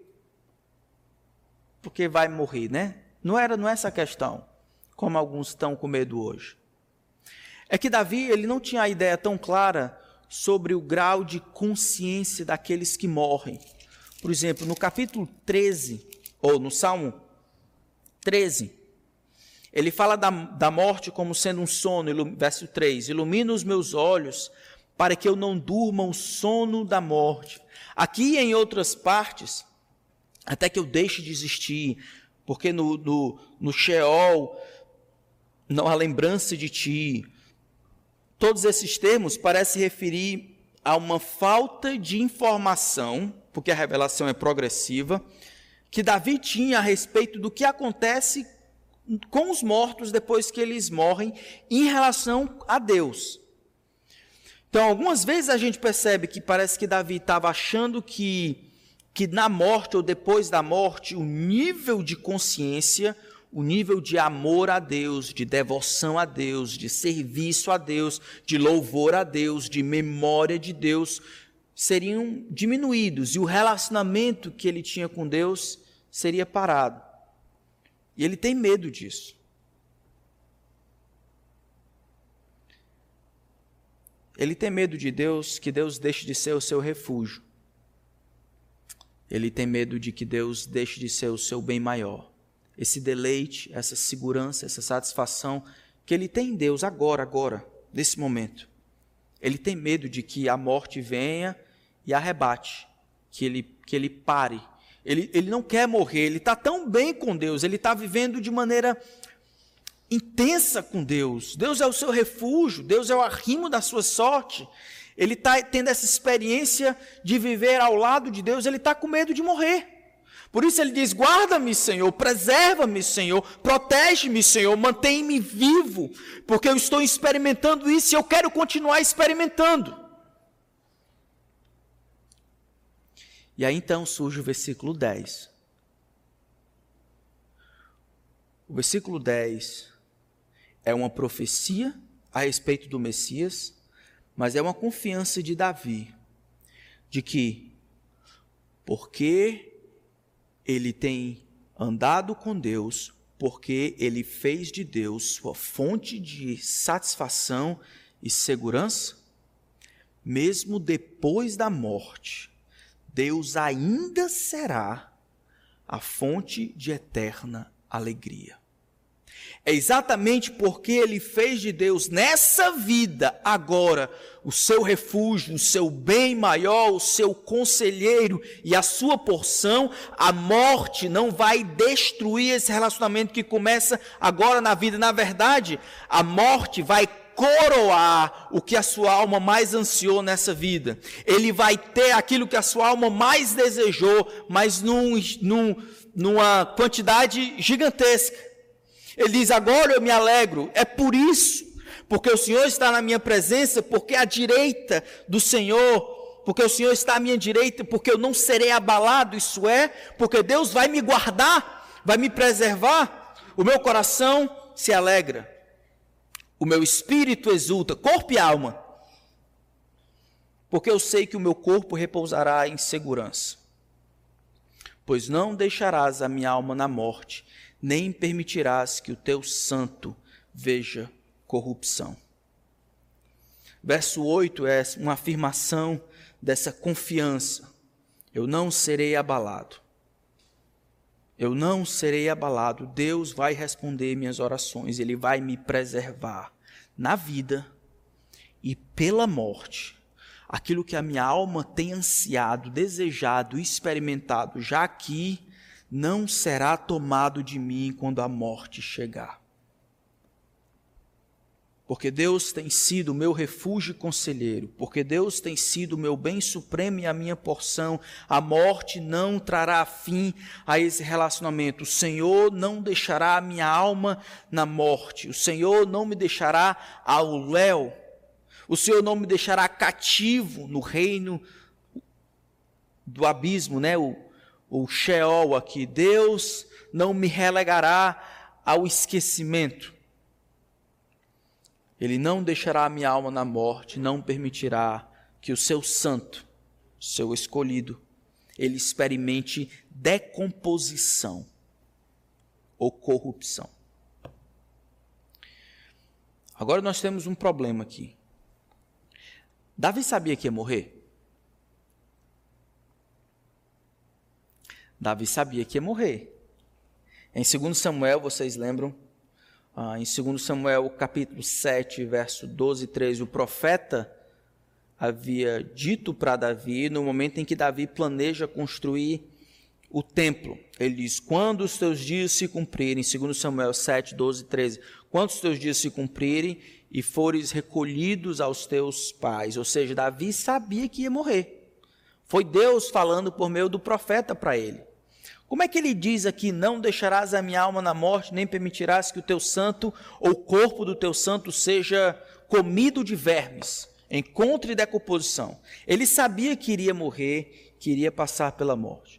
vai morrer, né? Não é essa a questão, como alguns estão com medo hoje. É que Davi, ele não tinha a ideia tão clara sobre o grau de consciência daqueles que morrem. Por exemplo, no capítulo 13, ou no Salmo 13, ele fala da morte como sendo um sono, verso 3, ilumina os meus olhos para que eu não durma o sono da morte. Aqui em outras partes, até que eu deixe de existir, porque no Sheol não há lembrança de ti. Todos esses termos parecem referir a uma falta de informação, porque a revelação é progressiva, que Davi tinha a respeito do que acontece com os mortos depois que eles morrem em relação a Deus. Então, algumas vezes a gente percebe que parece que Davi estava achando que na morte ou depois da morte, o nível de consciência, o nível de amor a Deus, de devoção a Deus, de serviço a Deus, de louvor a Deus, de memória de Deus, seriam diminuídos e o relacionamento que ele tinha com Deus seria parado. E ele tem medo disso. Ele tem medo de Deus, que Deus deixe de ser o seu refúgio. Ele tem medo de que Deus deixe de ser o seu bem maior. Esse deleite, essa segurança, essa satisfação que ele tem em Deus agora, nesse momento. Ele tem medo de que a morte venha e arrebate, que ele pare. Ele não quer morrer, ele está tão bem com Deus, ele está vivendo de maneira intensa com Deus. Deus é o seu refúgio, Deus é o arrimo da sua sorte. Ele está tendo essa experiência de viver ao lado de Deus, ele está com medo de morrer. Por isso ele diz, guarda-me, Senhor, preserva-me, Senhor, protege-me, Senhor, mantém-me vivo, porque eu estou experimentando isso e eu quero continuar experimentando. E aí então surge o versículo 10. O versículo 10 é uma profecia a respeito do Messias, mas é uma confiança de Davi, de que, porque ele tem andado com Deus, porque ele fez de Deus sua fonte de satisfação e segurança. Mesmo depois da morte, Deus ainda será a fonte de eterna alegria. É exatamente porque ele fez de Deus nessa vida, agora, o seu refúgio, o seu bem maior, o seu conselheiro e a sua porção, a morte não vai destruir esse relacionamento que começa agora na vida. Na verdade, a morte vai coroar o que a sua alma mais ansiou nessa vida. Ele vai ter aquilo que a sua alma mais desejou, mas numa quantidade gigantesca. Ele diz: agora eu me alegro, é por isso, porque o Senhor está na minha presença, porque à direita do Senhor, porque o Senhor está à minha direita, porque eu não serei abalado, isso é, porque Deus vai me guardar, vai me preservar, o meu coração se alegra, o meu espírito exulta, corpo e alma, porque eu sei que o meu corpo repousará em segurança, pois não deixarás a minha alma na morte, nem permitirás que o teu santo veja corrupção. Verso 8 é uma afirmação dessa confiança. Eu não serei abalado. Eu não serei abalado. Deus vai responder minhas orações. Ele vai me preservar na vida e pela morte. Aquilo que a minha alma tem ansiado, desejado, experimentado, já aqui, não será tomado de mim quando a morte chegar. Porque Deus tem sido o meu refúgio e conselheiro, porque Deus tem sido o meu bem supremo e a minha porção, a morte não trará fim a esse relacionamento. O Senhor não deixará a minha alma na morte, o Senhor não me deixará ao léu, o Senhor não me deixará cativo no reino do abismo, o Sheol aqui. Deus não me relegará ao esquecimento. Ele não deixará a minha alma na morte, não permitirá que o seu santo, seu escolhido, ele experimente decomposição ou corrupção. Agora nós temos um problema aqui. Davi sabia que ia morrer? Davi sabia que ia morrer. Em 2 Samuel, vocês lembram? Em 2 Samuel, capítulo 7, verso 12 e 13, o profeta havia dito para Davi, no momento em que Davi planeja construir o templo. Ele diz: quando os teus dias se cumprirem, 2 Samuel 7, 12 e 13, quando os teus dias se cumprirem e fores recolhidos aos teus pais. Ou seja, Davi sabia que ia morrer. Foi Deus falando por meio do profeta para ele. Como é que ele diz aqui: não deixarás a minha alma na morte, nem permitirás que o teu santo, ou o corpo do teu santo, seja comido de vermes, encontre decomposição. Ele sabia que iria morrer, que iria passar pela morte.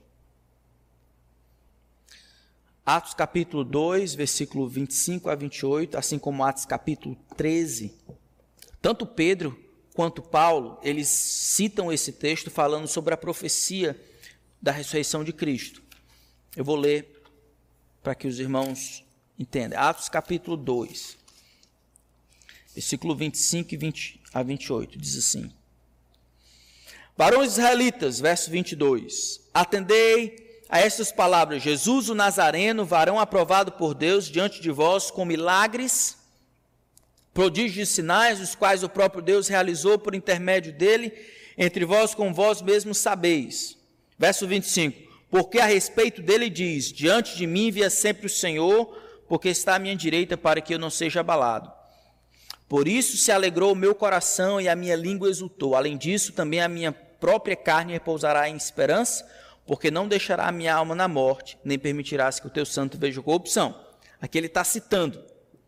Atos capítulo 2, versículo 25 a 28, assim como Atos capítulo 13, tanto Pedro quanto Paulo, eles citam esse texto falando sobre a profecia da ressurreição de Cristo. Eu vou ler para que os irmãos entendam. Atos capítulo 2, versículo 25 a 28, diz assim: varões israelitas, verso 22, atendei a estas palavras: Jesus o Nazareno, varão aprovado por Deus diante de vós com milagres, prodígios e sinais, os quais o próprio Deus realizou por intermédio dele, entre vós, como vós mesmos sabeis. Verso 25, porque a respeito dele diz: diante de mim via sempre o Senhor, porque está à minha direita, para que eu não seja abalado. Por isso se alegrou o meu coração e a minha língua exultou. Além disso, também a minha própria carne repousará em esperança, porque não deixará a minha alma na morte, nem permitirás que o teu santo veja corrupção. Aqui ele está citando.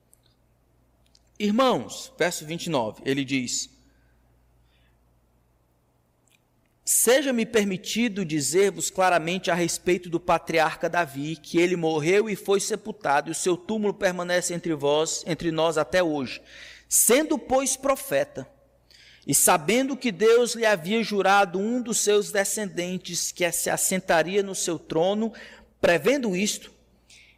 Irmãos, verso 29, ele diz: seja-me permitido dizer-vos claramente a respeito do patriarca Davi, que ele morreu e foi sepultado, e o seu túmulo permanece entre nós até hoje. Sendo, pois, profeta, e sabendo que Deus lhe havia jurado um dos seus descendentes que se assentaria no seu trono, prevendo isto,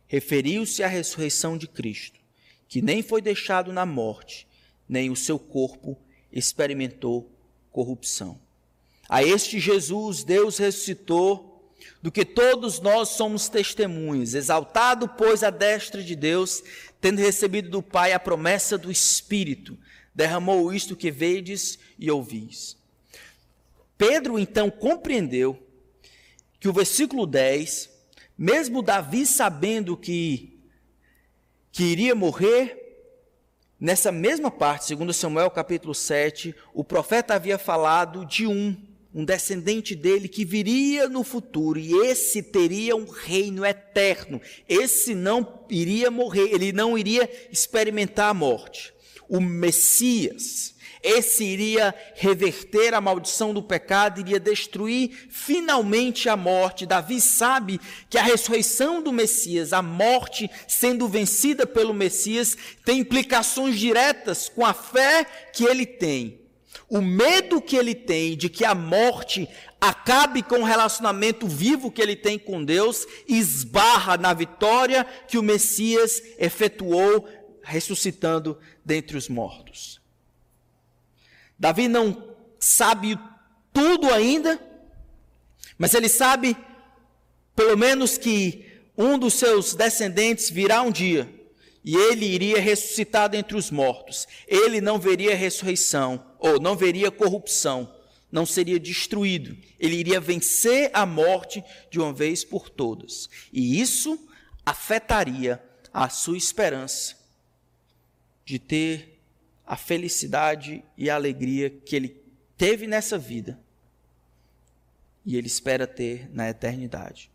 referiu-se à ressurreição de Cristo, que nem foi deixado na morte, nem o seu corpo experimentou corrupção. A este Jesus, Deus ressuscitou, do que todos nós somos testemunhas, exaltado, pois, à destra de Deus, tendo recebido do Pai a promessa do Espírito, derramou isto que vedes e ouvis. Pedro, então, compreendeu que o versículo 10, mesmo Davi sabendo que iria morrer, nessa mesma parte, 2 Samuel capítulo 7, o profeta havia falado de um descendente dele que viria no futuro, e esse teria um reino eterno. Esse não iria morrer, ele não iria experimentar a morte. O Messias, esse iria reverter a maldição do pecado, iria destruir finalmente a morte. Davi sabe que a ressurreição do Messias, a morte sendo vencida pelo Messias, tem implicações diretas com a fé que ele tem. O medo que ele tem de que a morte acabe com o relacionamento vivo que ele tem com Deus, esbarra na vitória que o Messias efetuou, ressuscitando dentre os mortos. Davi não sabe tudo ainda, mas ele sabe, pelo menos, que um dos seus descendentes virá um dia, e ele iria ressuscitar dentre os mortos. Ele não veria ressurreição, ou não veria corrupção, não seria destruído. Ele iria vencer a morte de uma vez por todas. E isso afetaria a sua esperança de ter a felicidade e a alegria que ele teve nessa vida e ele espera ter na eternidade.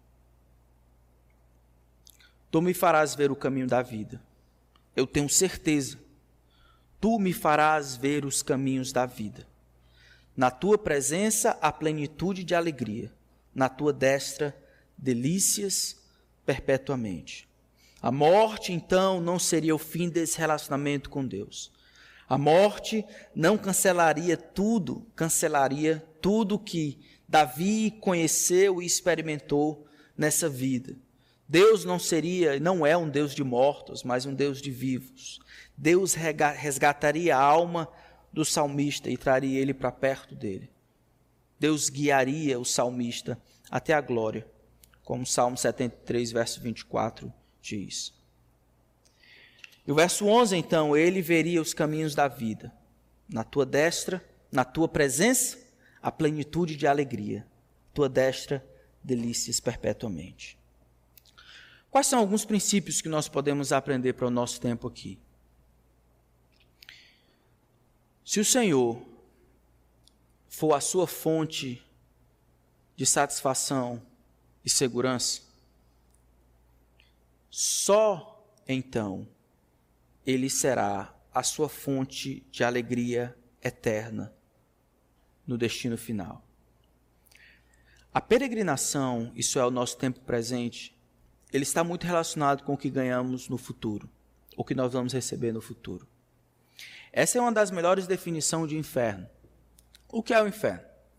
Tu me farás ver o caminho da vida. Eu tenho certeza. Tu me farás ver os caminhos da vida. Na tua presença, a plenitude de alegria. Na tua destra, delícias perpetuamente. A morte, então, não seria o fim desse relacionamento com Deus. A morte não cancelaria tudo que Davi conheceu e experimentou nessa vida. Deus não é um Deus de mortos, mas um Deus de vivos. Deus resgataria a alma do salmista e traria ele para perto dele. Deus guiaria o salmista até a glória, como o Salmo 73, verso 24 diz. E o verso 11, então, ele veria os caminhos da vida. Na tua destra, na tua presença, a plenitude de alegria. Tua destra, delícias perpetuamente. Quais são alguns princípios que nós podemos aprender para o nosso tempo aqui? Se o Senhor for a sua fonte de satisfação e segurança, só então Ele será a sua fonte de alegria eterna no destino final. A peregrinação, isso é o nosso tempo presente, ele está muito relacionado com o que ganhamos no futuro, o que nós vamos receber no futuro. Essa é uma das melhores definições de inferno. O que é o inferno?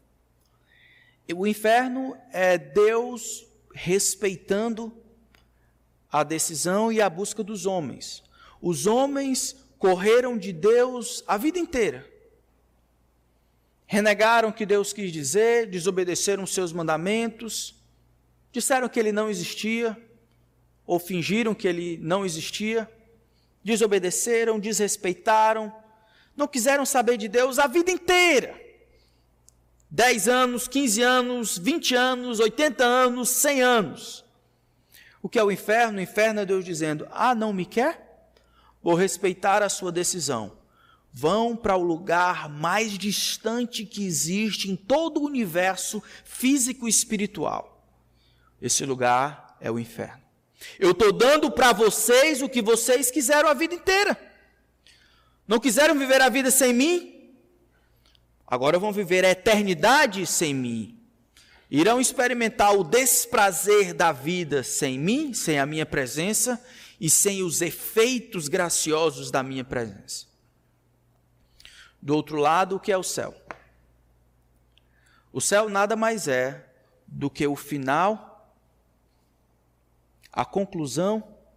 O inferno é Deus respeitando a decisão e a busca dos homens. Os homens correram de Deus a vida inteira. Renegaram o que Deus quis dizer, desobedeceram seus mandamentos, disseram que ele não existia, ou fingiram que ele não existia, desobedeceram, desrespeitaram, não quiseram saber de Deus a vida inteira. 10 anos, 15 anos, 20 anos, 80 anos, 100 anos. O que é o inferno? O inferno é Deus dizendo, não me quer? Vou respeitar a sua decisão. Vão para o lugar mais distante que existe em todo o universo físico e espiritual. Esse lugar é o inferno. Eu estou dando para vocês o que vocês quiseram a vida inteira. Não quiseram viver a vida sem mim? Agora vão viver a eternidade sem mim. Irão experimentar o desprazer da vida sem mim, sem a minha presença e sem os efeitos graciosos da minha presença. Do outro lado, o que é o céu? O céu nada mais é do que o final, a conclusão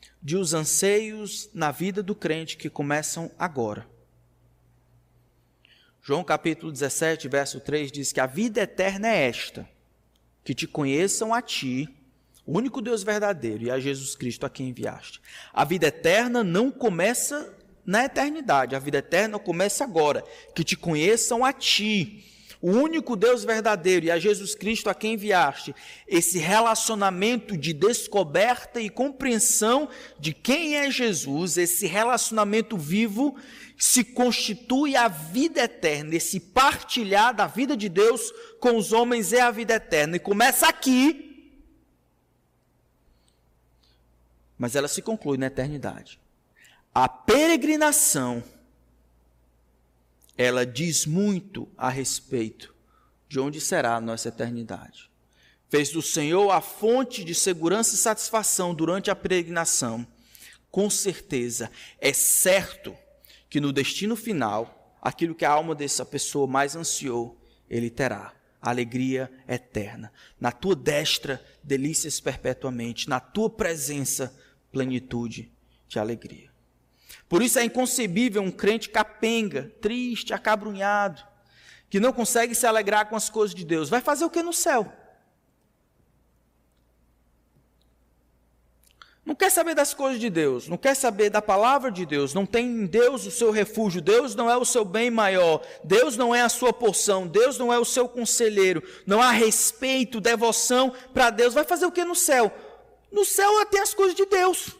de os anseios na vida do crente que começam agora. João capítulo 17, verso 3 diz que a vida eterna é esta, que te conheçam a ti, o único Deus verdadeiro, e a Jesus Cristo a quem enviaste. A vida eterna não começa na eternidade, a vida eterna começa agora, que te conheçam a ti, o único Deus verdadeiro, e a Jesus Cristo a quem enviaste. Esse relacionamento de descoberta e compreensão de quem é Jesus, esse relacionamento vivo, se constitui a vida eterna. Esse partilhar da vida de Deus com os homens é a vida eterna. E começa aqui, mas ela se conclui na eternidade. A peregrinação, ela diz muito a respeito de onde será a nossa eternidade. Fez do Senhor a fonte de segurança e satisfação durante a peregrinação. Com certeza, é certo que no destino final, aquilo que a alma dessa pessoa mais ansiou, ele terá alegria eterna. Na tua destra, delícias perpetuamente. Na tua presença, plenitude de alegria. Por isso é inconcebível um crente capenga, triste, acabrunhado, que não consegue se alegrar com as coisas de Deus. Vai fazer o que no céu? Não quer saber das coisas de Deus, não quer saber da palavra de Deus, não tem em Deus o seu refúgio, Deus não é o seu bem maior, Deus não é a sua porção, Deus não é o seu conselheiro, não há respeito, devoção para Deus. Vai fazer o que no céu? No céu tem as coisas de Deus.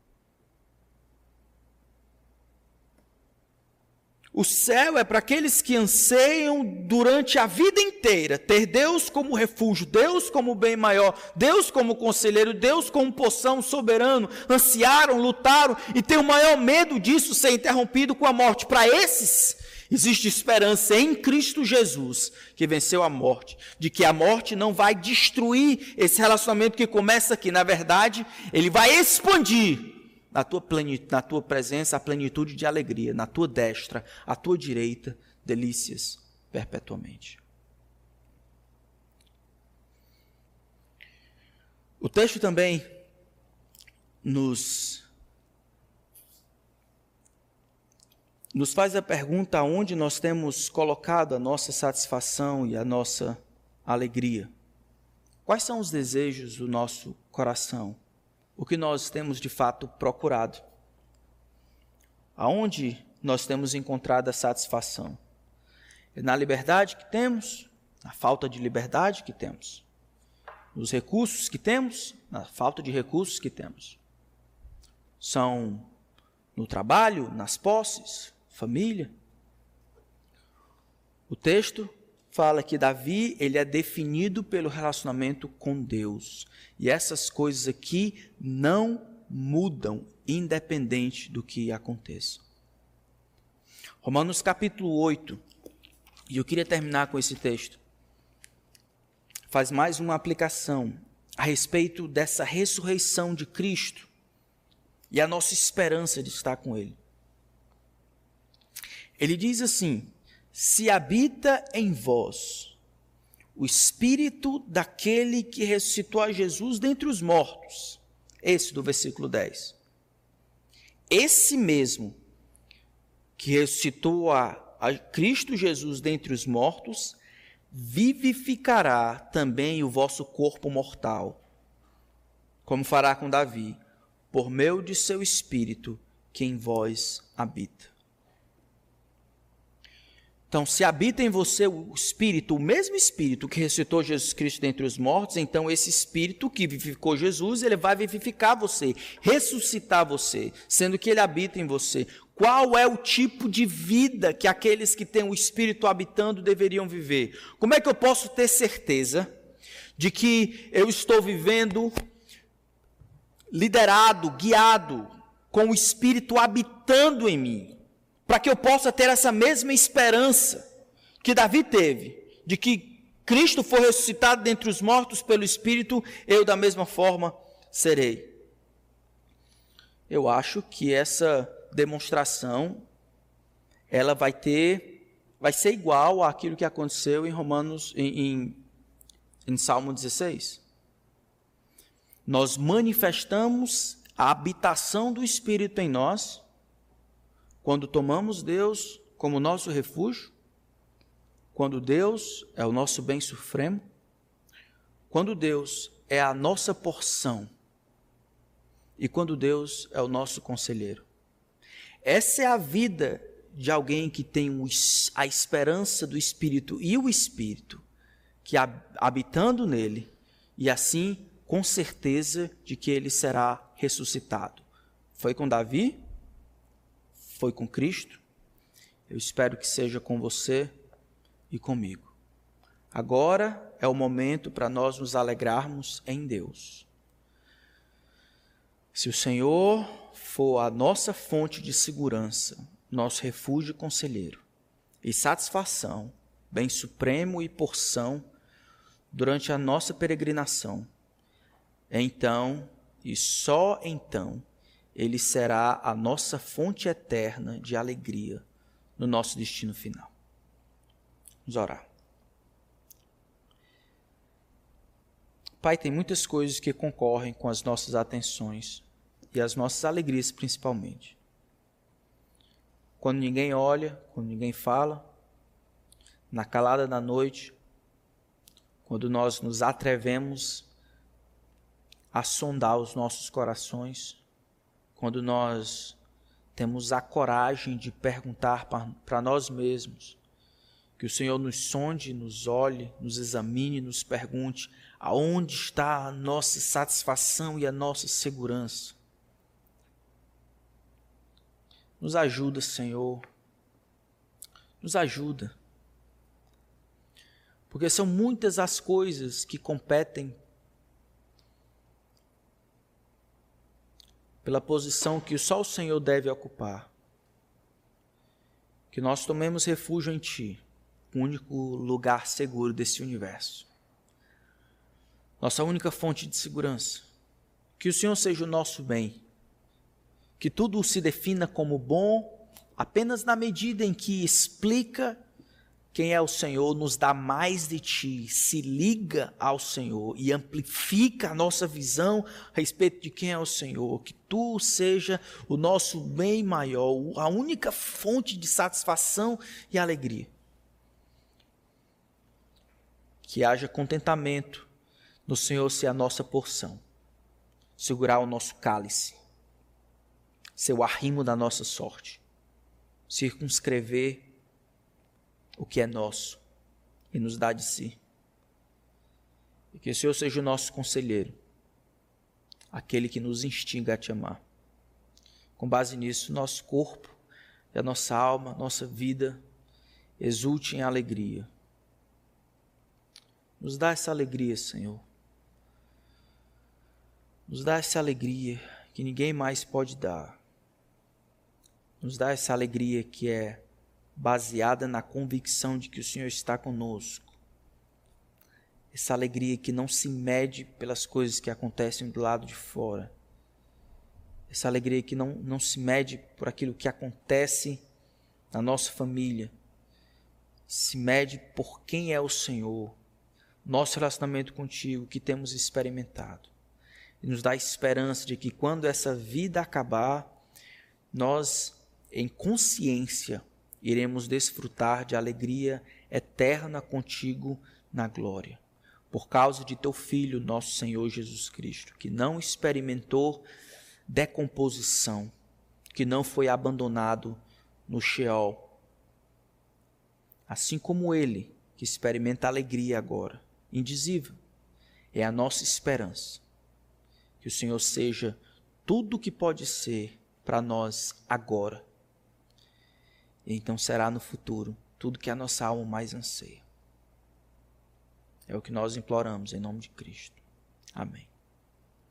O céu é para aqueles que anseiam durante a vida inteira ter Deus como refúgio, Deus como bem maior, Deus como conselheiro, Deus como porção soberano, ansiaram, lutaram e têm o maior medo disso ser interrompido com a morte. Para esses, existe esperança em Cristo Jesus, que venceu a morte, de que a morte não vai destruir esse relacionamento que começa aqui. Na verdade, ele vai expandir na tua presença a plenitude de alegria, na tua destra, à tua direita, delícias perpetuamente. O texto também nos faz a pergunta aonde nós temos colocado a nossa satisfação e a nossa alegria. Quais são os desejos do nosso coração? O que nós temos de fato procurado? Aonde nós temos encontrado a satisfação? É na liberdade que temos? Na falta de liberdade que temos? Nos recursos que temos? Na falta de recursos que temos? São no trabalho, nas posses, família? O texto fala que Davi, ele é definido pelo relacionamento com Deus. E essas coisas aqui não mudam, independente do que aconteça. Romanos capítulo 8, e eu queria terminar com esse texto, faz mais uma aplicação a respeito dessa ressurreição de Cristo e a nossa esperança de estar com Ele. Ele diz assim: se habita em vós o Espírito daquele que ressuscitou a Jesus dentre os mortos, esse do versículo 10, esse mesmo que ressuscitou a Cristo Jesus dentre os mortos, vivificará também o vosso corpo mortal, como fará com Davi, por meio de seu Espírito que em vós habita. Então, se habita em você o Espírito, o mesmo Espírito que ressuscitou Jesus Cristo dentre os mortos, então esse Espírito que vivificou Jesus, ele vai vivificar você, ressuscitar você, sendo que ele habita em você. Qual é o tipo de vida que aqueles que têm o Espírito habitando deveriam viver? Como é que eu posso ter certeza de que eu estou vivendo liderado, guiado, com o Espírito habitando em mim? Para que eu possa ter essa mesma esperança que Davi teve, de que Cristo foi ressuscitado dentre os mortos pelo Espírito, eu da mesma forma serei. Eu acho que essa demonstração, ela vai ser igual àquilo que aconteceu em Romanos, em Salmo 16. Nós manifestamos a habitação do Espírito em nós, quando tomamos Deus como nosso refúgio, quando Deus é o nosso bem supremo, quando Deus é a nossa porção e quando Deus é o nosso conselheiro. Essa é a vida de alguém que tem a esperança do Espírito e o Espírito, que habitando nele, e assim, com certeza de que ele será ressuscitado. Foi com Davi, foi com Cristo, eu espero que seja com você e comigo. Agora é o momento para nós nos alegrarmos em Deus. Se o Senhor for a nossa fonte de segurança, nosso refúgio e conselheiro, e satisfação, bem supremo e porção durante a nossa peregrinação, então, e só então, ele será a nossa fonte eterna de alegria no nosso destino final. Vamos orar. Pai, tem muitas coisas que concorrem com as nossas atenções e as nossas alegrias principalmente. Quando ninguém olha, quando ninguém fala, na calada da noite, quando nós nos atrevemos a sondar os nossos corações, quando nós temos a coragem de perguntar para nós mesmos, que o Senhor nos sonde, nos olhe, nos examine, nos pergunte aonde está a nossa satisfação e a nossa segurança. Nos ajuda, Senhor, nos ajuda, porque são muitas as coisas que competem pela posição que só o Senhor deve ocupar. Que nós tomemos refúgio em Ti, o único lugar seguro desse universo. Nossa única fonte de segurança. Que o Senhor seja o nosso bem. Que tudo se defina como bom apenas na medida em que explica quem é o Senhor, nos dá mais de Ti, se liga ao Senhor e amplifica a nossa visão a respeito de quem é o Senhor. Que Tu seja o nosso bem maior, a única fonte de satisfação e alegria. Que haja contentamento no Senhor ser a nossa porção, segurar o nosso cálice, ser o arrimo da nossa sorte, circunscrever o que é nosso e nos dá de si. E que o Senhor seja o nosso conselheiro, aquele que nos instiga a Te amar. Com base nisso, nosso corpo e a nossa alma, nossa vida, exulte em alegria. Nos dá essa alegria, Senhor. Nos dá essa alegria que ninguém mais pode dar. Nos dá essa alegria que é baseada na convicção de que o Senhor está conosco. Essa alegria que não se mede pelas coisas que acontecem do lado de fora. Essa alegria que não se mede por aquilo que acontece na nossa família. Se mede por quem é o Senhor. Nosso relacionamento contigo que temos experimentado. E nos dá esperança de que quando essa vida acabar, nós, em consciência, iremos desfrutar de alegria eterna contigo na glória. Por causa de Teu Filho, nosso Senhor Jesus Cristo, que não experimentou decomposição, que não foi abandonado no Sheol. Assim como Ele, que experimenta alegria agora, indizível, é a nossa esperança. Que o Senhor seja tudo o que pode ser para nós agora. E então será no futuro tudo que a nossa alma mais anseia. É o que nós imploramos em nome de Cristo. Amém.